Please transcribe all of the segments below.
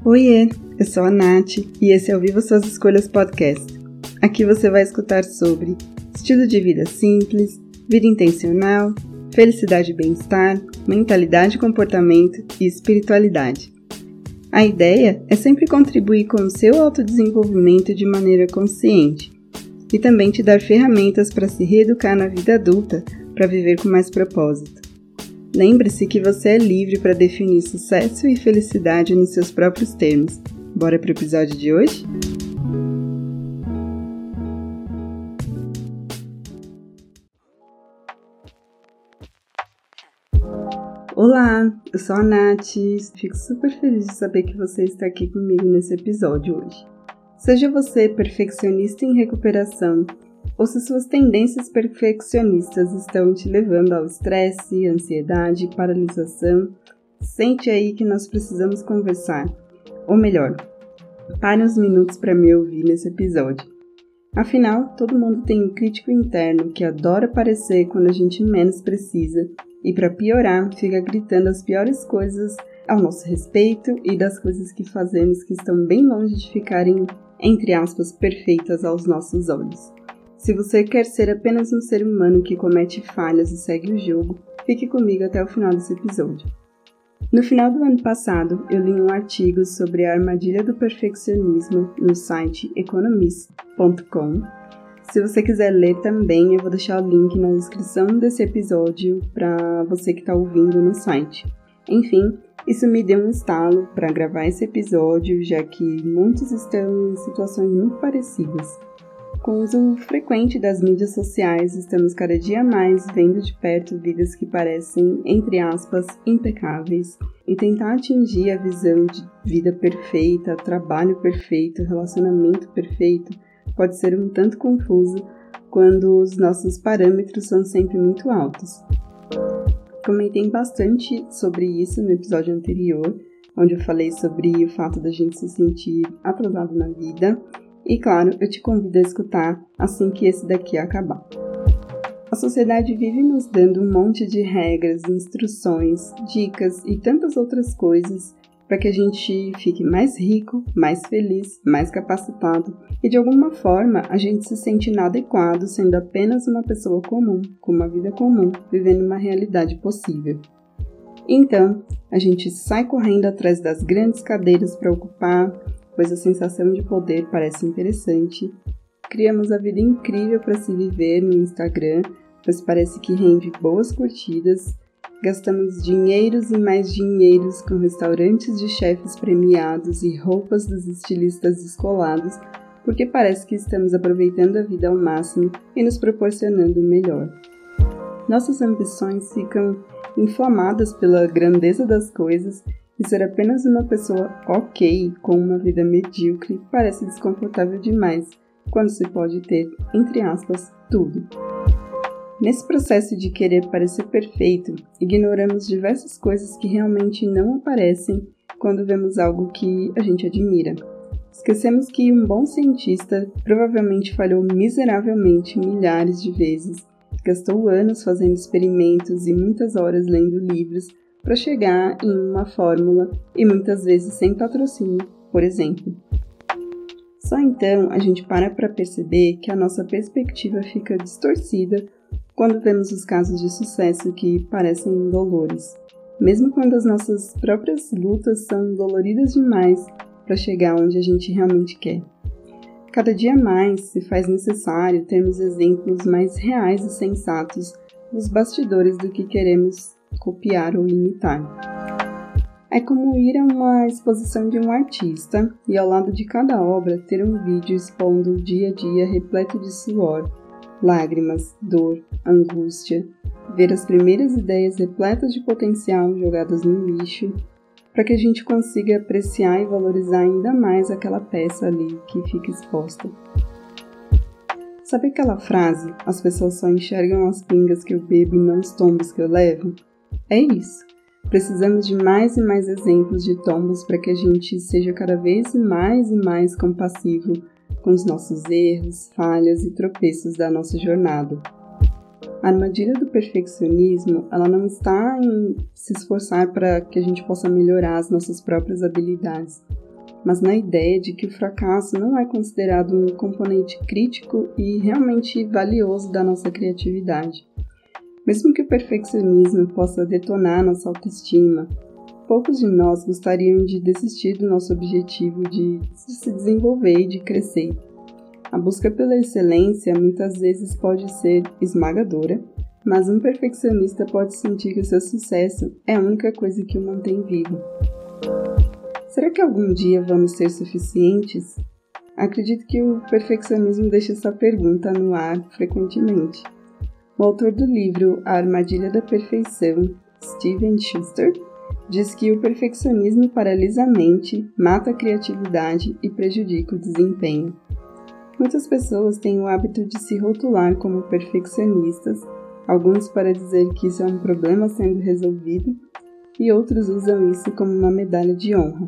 Oiê, eu sou a Nath e esse é o Viva Suas Escolhas Podcast. Aqui você vai escutar sobre estilo de vida simples, vida intencional, felicidade e bem-estar, mentalidade e comportamento e espiritualidade. A ideia é sempre contribuir com o seu autodesenvolvimento de maneira consciente e também te dar ferramentas para se reeducar na vida adulta para viver com mais propósito. Lembre-se que você é livre para definir sucesso e felicidade nos seus próprios termos. Bora para o episódio de hoje? Olá, eu sou a Nath, fico super feliz de saber que você está aqui comigo nesse episódio hoje. Seja você perfeccionista em recuperação, ou se suas tendências perfeccionistas estão te levando ao estresse, ansiedade e paralisação, sente aí que nós precisamos conversar. Ou melhor, pare uns minutos para me ouvir nesse episódio. Afinal, todo mundo tem um crítico interno que adora aparecer quando a gente menos precisa e, para piorar, fica gritando as piores coisas ao nosso respeito e das coisas que fazemos que estão bem longe de ficarem, entre aspas, perfeitas aos nossos olhos. Se você quer ser apenas um ser humano que comete falhas e segue o jogo, fique comigo até o final desse episódio. No final do ano passado, eu li um artigo sobre a armadilha do perfeccionismo no site economist.com. Se você quiser ler também, eu vou deixar o link na descrição desse episódio para você que está ouvindo no site. Enfim, isso me deu um estalo para gravar esse episódio, já que muitos estão em situações muito parecidas. Com o uso frequente das mídias sociais, estamos cada dia mais vendo de perto vidas que parecem, entre aspas, impecáveis, e tentar atingir a visão de vida perfeita, trabalho perfeito, relacionamento perfeito, pode ser um tanto confuso quando os nossos parâmetros são sempre muito altos. Comentei bastante sobre isso no episódio anterior, onde eu falei sobre o fato da gente se sentir atrasado na vida. E claro, eu te convido a escutar assim que esse daqui acabar. A sociedade vive nos dando um monte de regras, instruções, dicas e tantas outras coisas para que a gente fique mais rico, mais feliz, mais capacitado e de alguma forma a gente se sente inadequado sendo apenas uma pessoa comum, com uma vida comum, vivendo uma realidade possível. Então, a gente sai correndo atrás das grandes cadeiras para ocupar, pois a sensação de poder parece interessante. Criamos a vida incrível para se viver no Instagram, pois parece que rende boas curtidas. Gastamos dinheiros e mais dinheiros com restaurantes de chefes premiados e roupas dos estilistas descolados, porque parece que estamos aproveitando a vida ao máximo e nos proporcionando o melhor. Nossas ambições ficam inflamadas pela grandeza das coisas. E ser apenas uma pessoa ok com uma vida medíocre parece desconfortável demais, quando se pode ter, entre aspas, tudo. Nesse processo de querer parecer perfeito, ignoramos diversas coisas que realmente não aparecem quando vemos algo que a gente admira. Esquecemos que um bom cientista provavelmente falhou miseravelmente milhares de vezes, gastou anos fazendo experimentos e muitas horas lendo livros para chegar em uma fórmula e muitas vezes sem patrocínio, por exemplo. Só então a gente para perceber que a nossa perspectiva fica distorcida quando vemos os casos de sucesso que parecem indolores, mesmo quando as nossas próprias lutas são doloridas demais para chegar onde a gente realmente quer. Cada dia mais se faz necessário termos exemplos mais reais e sensatos dos bastidores do que queremos copiar ou imitar. É como ir a uma exposição de um artista e ao lado de cada obra ter um vídeo expondo o dia a dia repleto de suor, lágrimas, dor, angústia, ver as primeiras ideias repletas de potencial jogadas no lixo, para que a gente consiga apreciar e valorizar ainda mais aquela peça ali que fica exposta. Sabe aquela frase, as pessoas só enxergam as pingas que eu bebo e não os tombos que eu levo? É isso. Precisamos de mais e mais exemplos de tombos para que a gente seja cada vez mais e mais compassivo com os nossos erros, falhas e tropeços da nossa jornada. A armadilha do perfeccionismo, ela não está em se esforçar para que a gente possa melhorar as nossas próprias habilidades, mas na ideia de que o fracasso não é considerado um componente crítico e realmente valioso da nossa criatividade. Mesmo que o perfeccionismo possa detonar nossa autoestima, poucos de nós gostariam de desistir do nosso objetivo de se desenvolver e de crescer. A busca pela excelência muitas vezes pode ser esmagadora, mas um perfeccionista pode sentir que o seu sucesso é a única coisa que o mantém vivo. Será que algum dia vamos ser suficientes? Acredito que o perfeccionismo deixa essa pergunta no ar frequentemente. O autor do livro A Armadilha da Perfeição, Steven Schuster, diz que o perfeccionismo paralisa a mente, mata a criatividade e prejudica o desempenho. Muitas pessoas têm o hábito de se rotular como perfeccionistas, alguns para dizer que isso é um problema sendo resolvido, e outros usam isso como uma medalha de honra.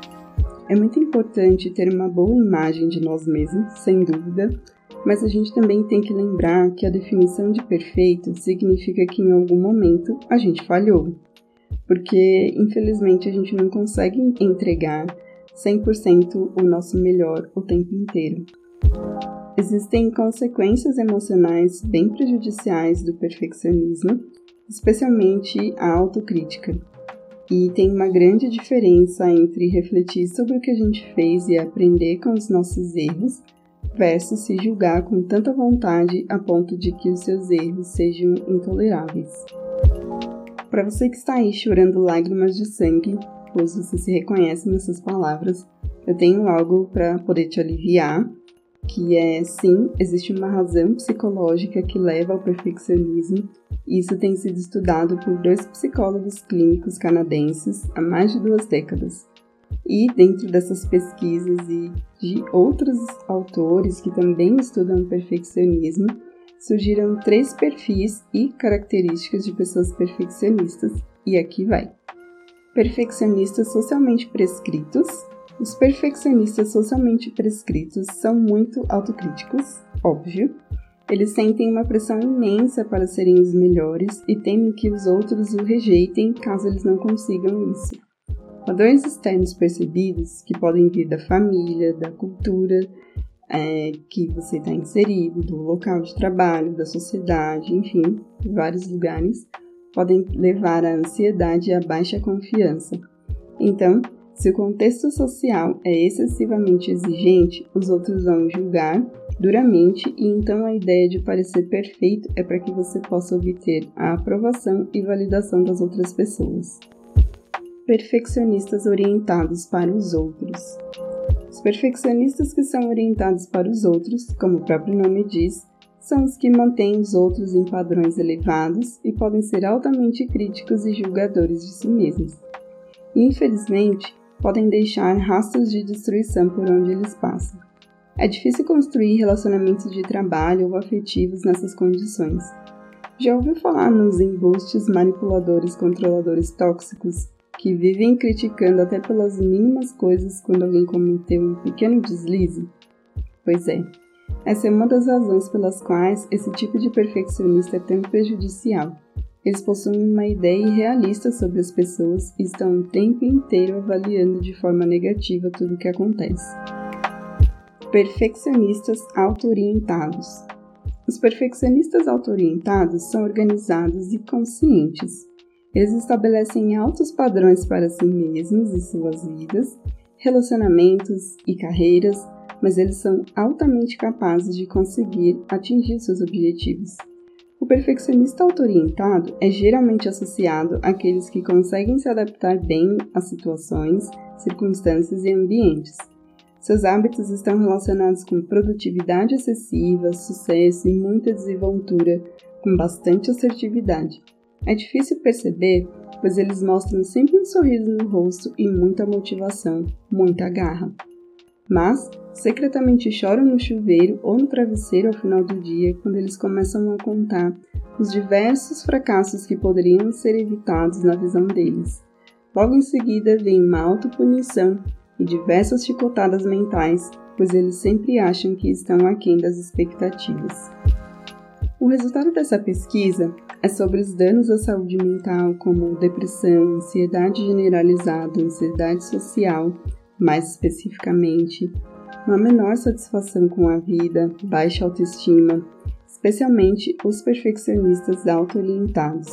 É muito importante ter uma boa imagem de nós mesmos, sem dúvida, mas a gente também tem que lembrar que a definição de perfeito significa que em algum momento a gente falhou, porque infelizmente a gente não consegue entregar 100% o nosso melhor o tempo inteiro. Existem consequências emocionais bem prejudiciais do perfeccionismo, especialmente a autocrítica. E tem uma grande diferença entre refletir sobre o que a gente fez e aprender com os nossos erros, versus se julgar com tanta vontade a ponto de que os seus erros sejam intoleráveis. Para você que está aí chorando lágrimas de sangue, pois você se reconhece nessas palavras, eu tenho algo para poder te aliviar, que é, sim, existe uma razão psicológica que leva ao perfeccionismo, e isso tem sido estudado por 2 psicólogos clínicos canadenses há mais de 2 décadas. E dentro dessas pesquisas e de outros autores que também estudam o perfeccionismo, surgiram 3 perfis e características de pessoas perfeccionistas, e aqui vai. Perfeccionistas socialmente prescritos. Os perfeccionistas socialmente prescritos são muito autocríticos, óbvio. Eles sentem uma pressão imensa para serem os melhores e temem que os outros o rejeitem caso eles não consigam isso. Padrões externos percebidos, que podem vir da família, da cultura que você está inserido, do local de trabalho, da sociedade, enfim, de vários lugares, podem levar à ansiedade e à baixa confiança. Então, se o contexto social é excessivamente exigente, os outros vão julgar duramente e então a ideia de parecer perfeito é para que você possa obter a aprovação e validação das outras pessoas. Perfeccionistas orientados para os outros. Os perfeccionistas que são orientados para os outros, como o próprio nome diz, são os que mantêm os outros em padrões elevados e podem ser altamente críticos e julgadores de si mesmos. Infelizmente, podem deixar rastros de destruição por onde eles passam. É difícil construir relacionamentos de trabalho ou afetivos nessas condições. Já ouviu falar nos embustes manipuladores controladores tóxicos que vivem criticando até pelas mínimas coisas quando alguém cometeu um pequeno deslize? Pois é, essa é uma das razões pelas quais esse tipo de perfeccionista é tão prejudicial. Eles possuem uma ideia irrealista sobre as pessoas e estão o tempo inteiro avaliando de forma negativa tudo o que acontece. Perfeccionistas auto-orientados. Os perfeccionistas auto-orientados são organizados e conscientes. Eles estabelecem altos padrões para si mesmos e suas vidas, relacionamentos e carreiras, mas eles são altamente capazes de conseguir atingir seus objetivos. O perfeccionista auto-orientado é geralmente associado àqueles que conseguem se adaptar bem a situações, circunstâncias e ambientes. Seus hábitos estão relacionados com produtividade excessiva, sucesso e muita desenvoltura, com bastante assertividade. É difícil perceber, pois eles mostram sempre um sorriso no rosto e muita motivação, muita garra. Mas secretamente choram no chuveiro ou no travesseiro ao final do dia quando eles começam a contar os diversos fracassos que poderiam ser evitados na visão deles. Logo em seguida vem uma autopunição e diversas chicotadas mentais, pois eles sempre acham que estão aquém das expectativas. O resultado dessa pesquisa é sobre os danos à saúde mental, como depressão, ansiedade generalizada, ansiedade social, mais especificamente, uma menor satisfação com a vida, baixa autoestima, especialmente os perfeccionistas auto-orientados.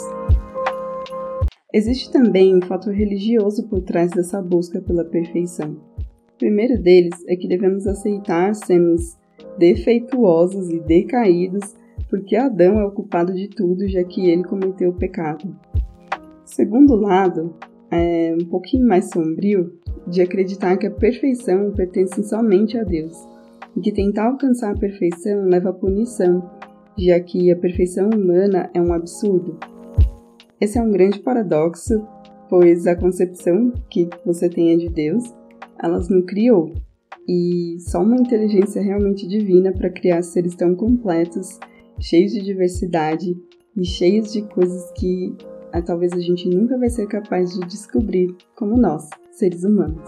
Existe também um fator religioso por trás dessa busca pela perfeição. O primeiro deles é que devemos aceitar sermos defeituosos e decaídos, porque Adão é o culpado de tudo, já que ele cometeu o pecado. O segundo lado é um pouquinho mais sombrio, de acreditar que a perfeição pertence somente a Deus, e que tentar alcançar a perfeição leva à punição, já que a perfeição humana é um absurdo. Esse é um grande paradoxo, pois a concepção que você tenha de Deus, ela não criou, e só uma inteligência realmente divina para criar seres tão completos, cheios de diversidade e cheios de coisas que talvez a gente nunca vai ser capaz de descobrir como nós, seres humanos.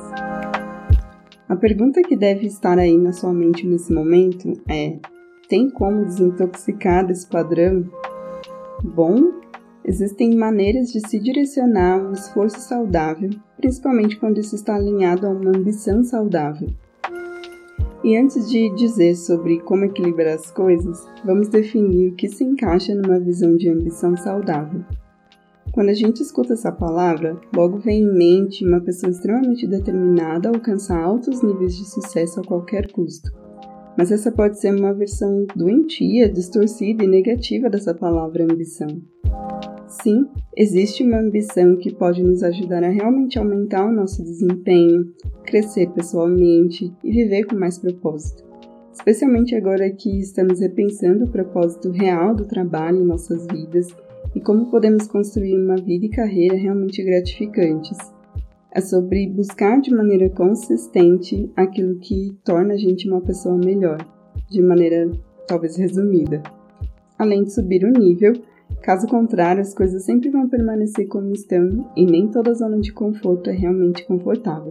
A pergunta que deve estar aí na sua mente nesse momento é: tem como desintoxicar desse padrão? Bom, existem maneiras de se direcionar a um esforço saudável, principalmente quando isso está alinhado a uma ambição saudável. E antes de dizer sobre como equilibrar as coisas, vamos definir o que se encaixa numa visão de ambição saudável. Quando a gente escuta essa palavra, logo vem em mente uma pessoa extremamente determinada a alcançar altos níveis de sucesso a qualquer custo. Mas essa pode ser uma versão doentia, distorcida e negativa dessa palavra ambição. Sim, existe uma ambição que pode nos ajudar a realmente aumentar o nosso desempenho, crescer pessoalmente e viver com mais propósito. Especialmente agora que estamos repensando o propósito real do trabalho em nossas vidas e como podemos construir uma vida e carreira realmente gratificantes. É sobre buscar de maneira consistente aquilo que torna a gente uma pessoa melhor, de maneira talvez resumida. Além de subir o nível, caso contrário, as coisas sempre vão permanecer como estão e nem toda zona de conforto é realmente confortável.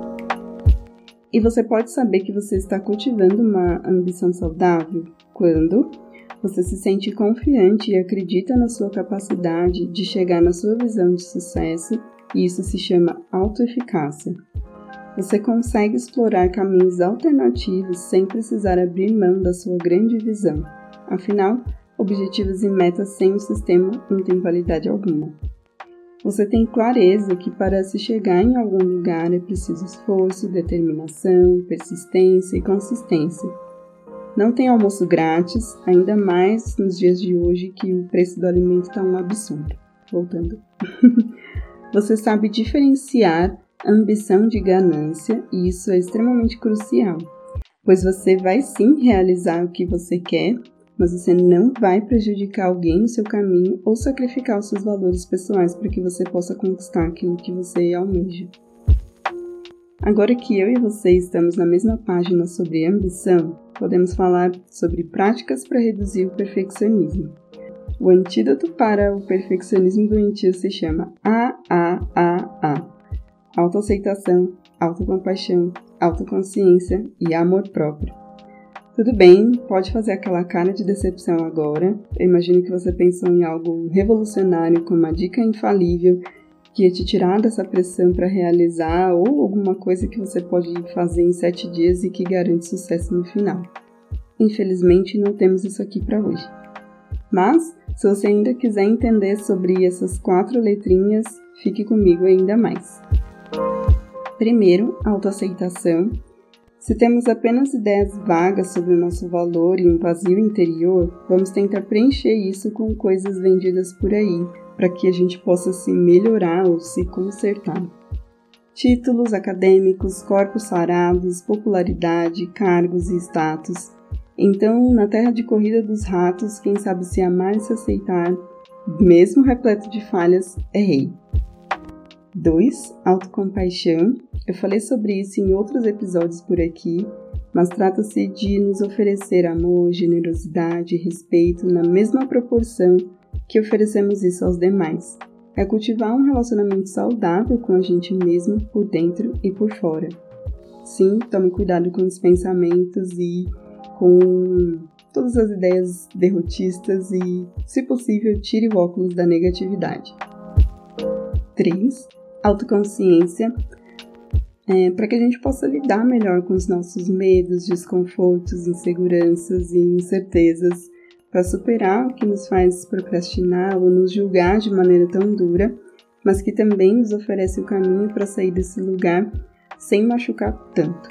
E você pode saber que você está cultivando uma ambição saudável quando você se sente confiante e acredita na sua capacidade de chegar na sua visão de sucesso, e isso se chama autoeficácia. Você consegue explorar caminhos alternativos sem precisar abrir mão da sua grande visão. Afinal, objetivos e metas sem um sistema não têm validade alguma. Você tem clareza que para se chegar em algum lugar é preciso esforço, determinação, persistência e consistência. Não tem almoço grátis, ainda mais nos dias de hoje que o preço do alimento está um absurdo. Voltando. Você sabe diferenciar ambição de ganância e isso é extremamente crucial, pois você vai sim realizar o que você quer, mas você não vai prejudicar alguém no seu caminho ou sacrificar os seus valores pessoais para que você possa conquistar aquilo que você almeja. Agora que eu e você estamos na mesma página sobre ambição, podemos falar sobre práticas para reduzir o perfeccionismo. O antídoto para o perfeccionismo doentio se chama AAAA: autoaceitação, autocompaixão, autoconsciência e amor próprio. Tudo bem, pode fazer aquela cara de decepção agora. Eu imagino que você pensou em algo revolucionário com uma dica infalível que ia te tirar dessa pressão para realizar ou alguma coisa que você pode fazer em 7 dias e que garante sucesso no final. Infelizmente, não temos isso aqui para hoje. Mas, se você ainda quiser entender sobre essas 4 letrinhas, fique comigo ainda mais. Primeiro, autoaceitação. Se temos apenas ideias vagas sobre o nosso valor e um vazio interior, vamos tentar preencher isso com coisas vendidas por aí, para que a gente possa se melhorar ou se consertar. Títulos acadêmicos, corpos sarados, popularidade, cargos e status. Então, na terra de corrida dos ratos, quem sabe se amar e se aceitar, mesmo repleto de falhas, é rei. 2. Autocompaixão. Eu falei sobre isso em outros episódios por aqui, mas trata-se de nos oferecer amor, generosidade e respeito na mesma proporção que oferecemos isso aos demais. É cultivar um relacionamento saudável com a gente mesmo por dentro e por fora. Sim, tome cuidado com os pensamentos e com todas as ideias derrotistas e, se possível, tire o óculos da negatividade. 3. Autoconsciência. para que a gente possa lidar melhor com os nossos medos, desconfortos, inseguranças e incertezas, para superar o que nos faz procrastinar ou nos julgar de maneira tão dura, mas que também nos oferece o caminho para sair desse lugar sem machucar tanto.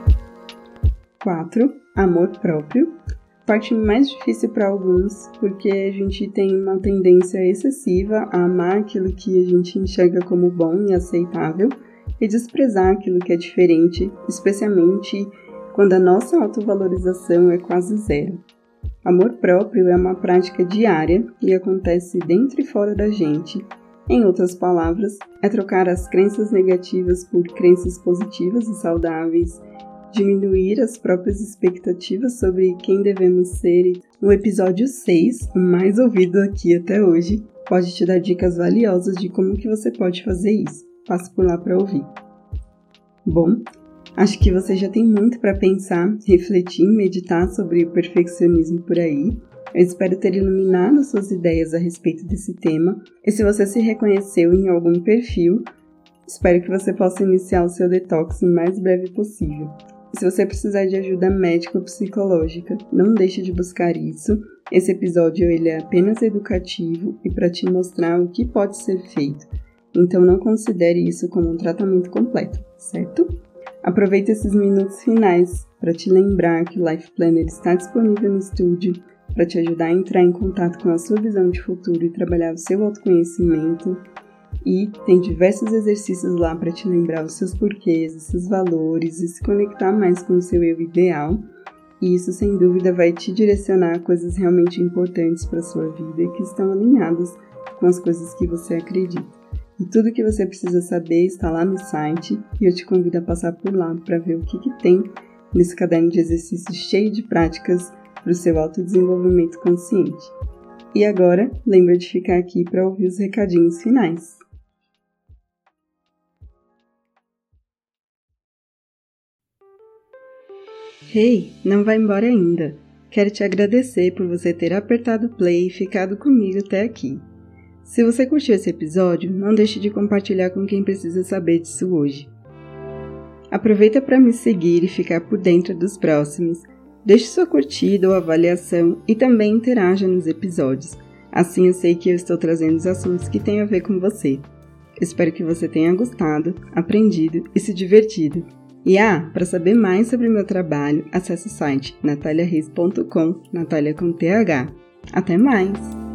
4. Amor próprio. Parte mais difícil para alguns, porque a gente tem uma tendência excessiva a amar aquilo que a gente enxerga como bom e aceitável e desprezar aquilo que é diferente, especialmente quando a nossa autovalorização é quase zero. Amor próprio é uma prática diária e acontece dentro e fora da gente. Em outras palavras, é trocar as crenças negativas por crenças positivas e saudáveis, diminuir as próprias expectativas sobre quem devemos ser. No episódio 6, o mais ouvido aqui até hoje, pode te dar dicas valiosas de como que você pode fazer isso. Passe por lá para ouvir. Bom, acho que você já tem muito para pensar, refletir e meditar sobre o perfeccionismo por aí. Eu espero ter iluminado suas ideias a respeito desse tema, e se você se reconheceu em algum perfil, espero que você possa iniciar o seu detox o mais breve possível. Se você precisar de ajuda médica ou psicológica, não deixe de buscar isso. Esse episódio ele é apenas educativo e para te mostrar o que pode ser feito. Então não considere isso como um tratamento completo, certo? Aproveite esses minutos finais para te lembrar que o Life Planner está disponível no estúdio para te ajudar a entrar em contato com a sua visão de futuro e trabalhar o seu autoconhecimento. E tem diversos exercícios lá para te lembrar os seus porquês, os seus valores e se conectar mais com o seu eu ideal. E isso, sem dúvida, vai te direcionar a coisas realmente importantes para a sua vida e que estão alinhadas com as coisas que você acredita. E tudo que você precisa saber está lá no site e eu te convido a passar por lá para ver o que tem nesse caderno de exercícios cheio de práticas para o seu autodesenvolvimento consciente. E agora, lembra de ficar aqui para ouvir os recadinhos finais. Hey, não vai embora ainda! Quero te agradecer por você ter apertado play e ficado comigo até aqui. Se você curtiu esse episódio, não deixe de compartilhar com quem precisa saber disso hoje. Aproveita para me seguir e ficar por dentro dos próximos. Deixe sua curtida ou avaliação e também interaja nos episódios. Assim eu sei que eu estou trazendo os assuntos que têm a ver com você. Espero que você tenha gostado, aprendido e se divertido. E para saber mais sobre meu trabalho, acesse o site nataliareis.com, Natalia com TH. Até mais!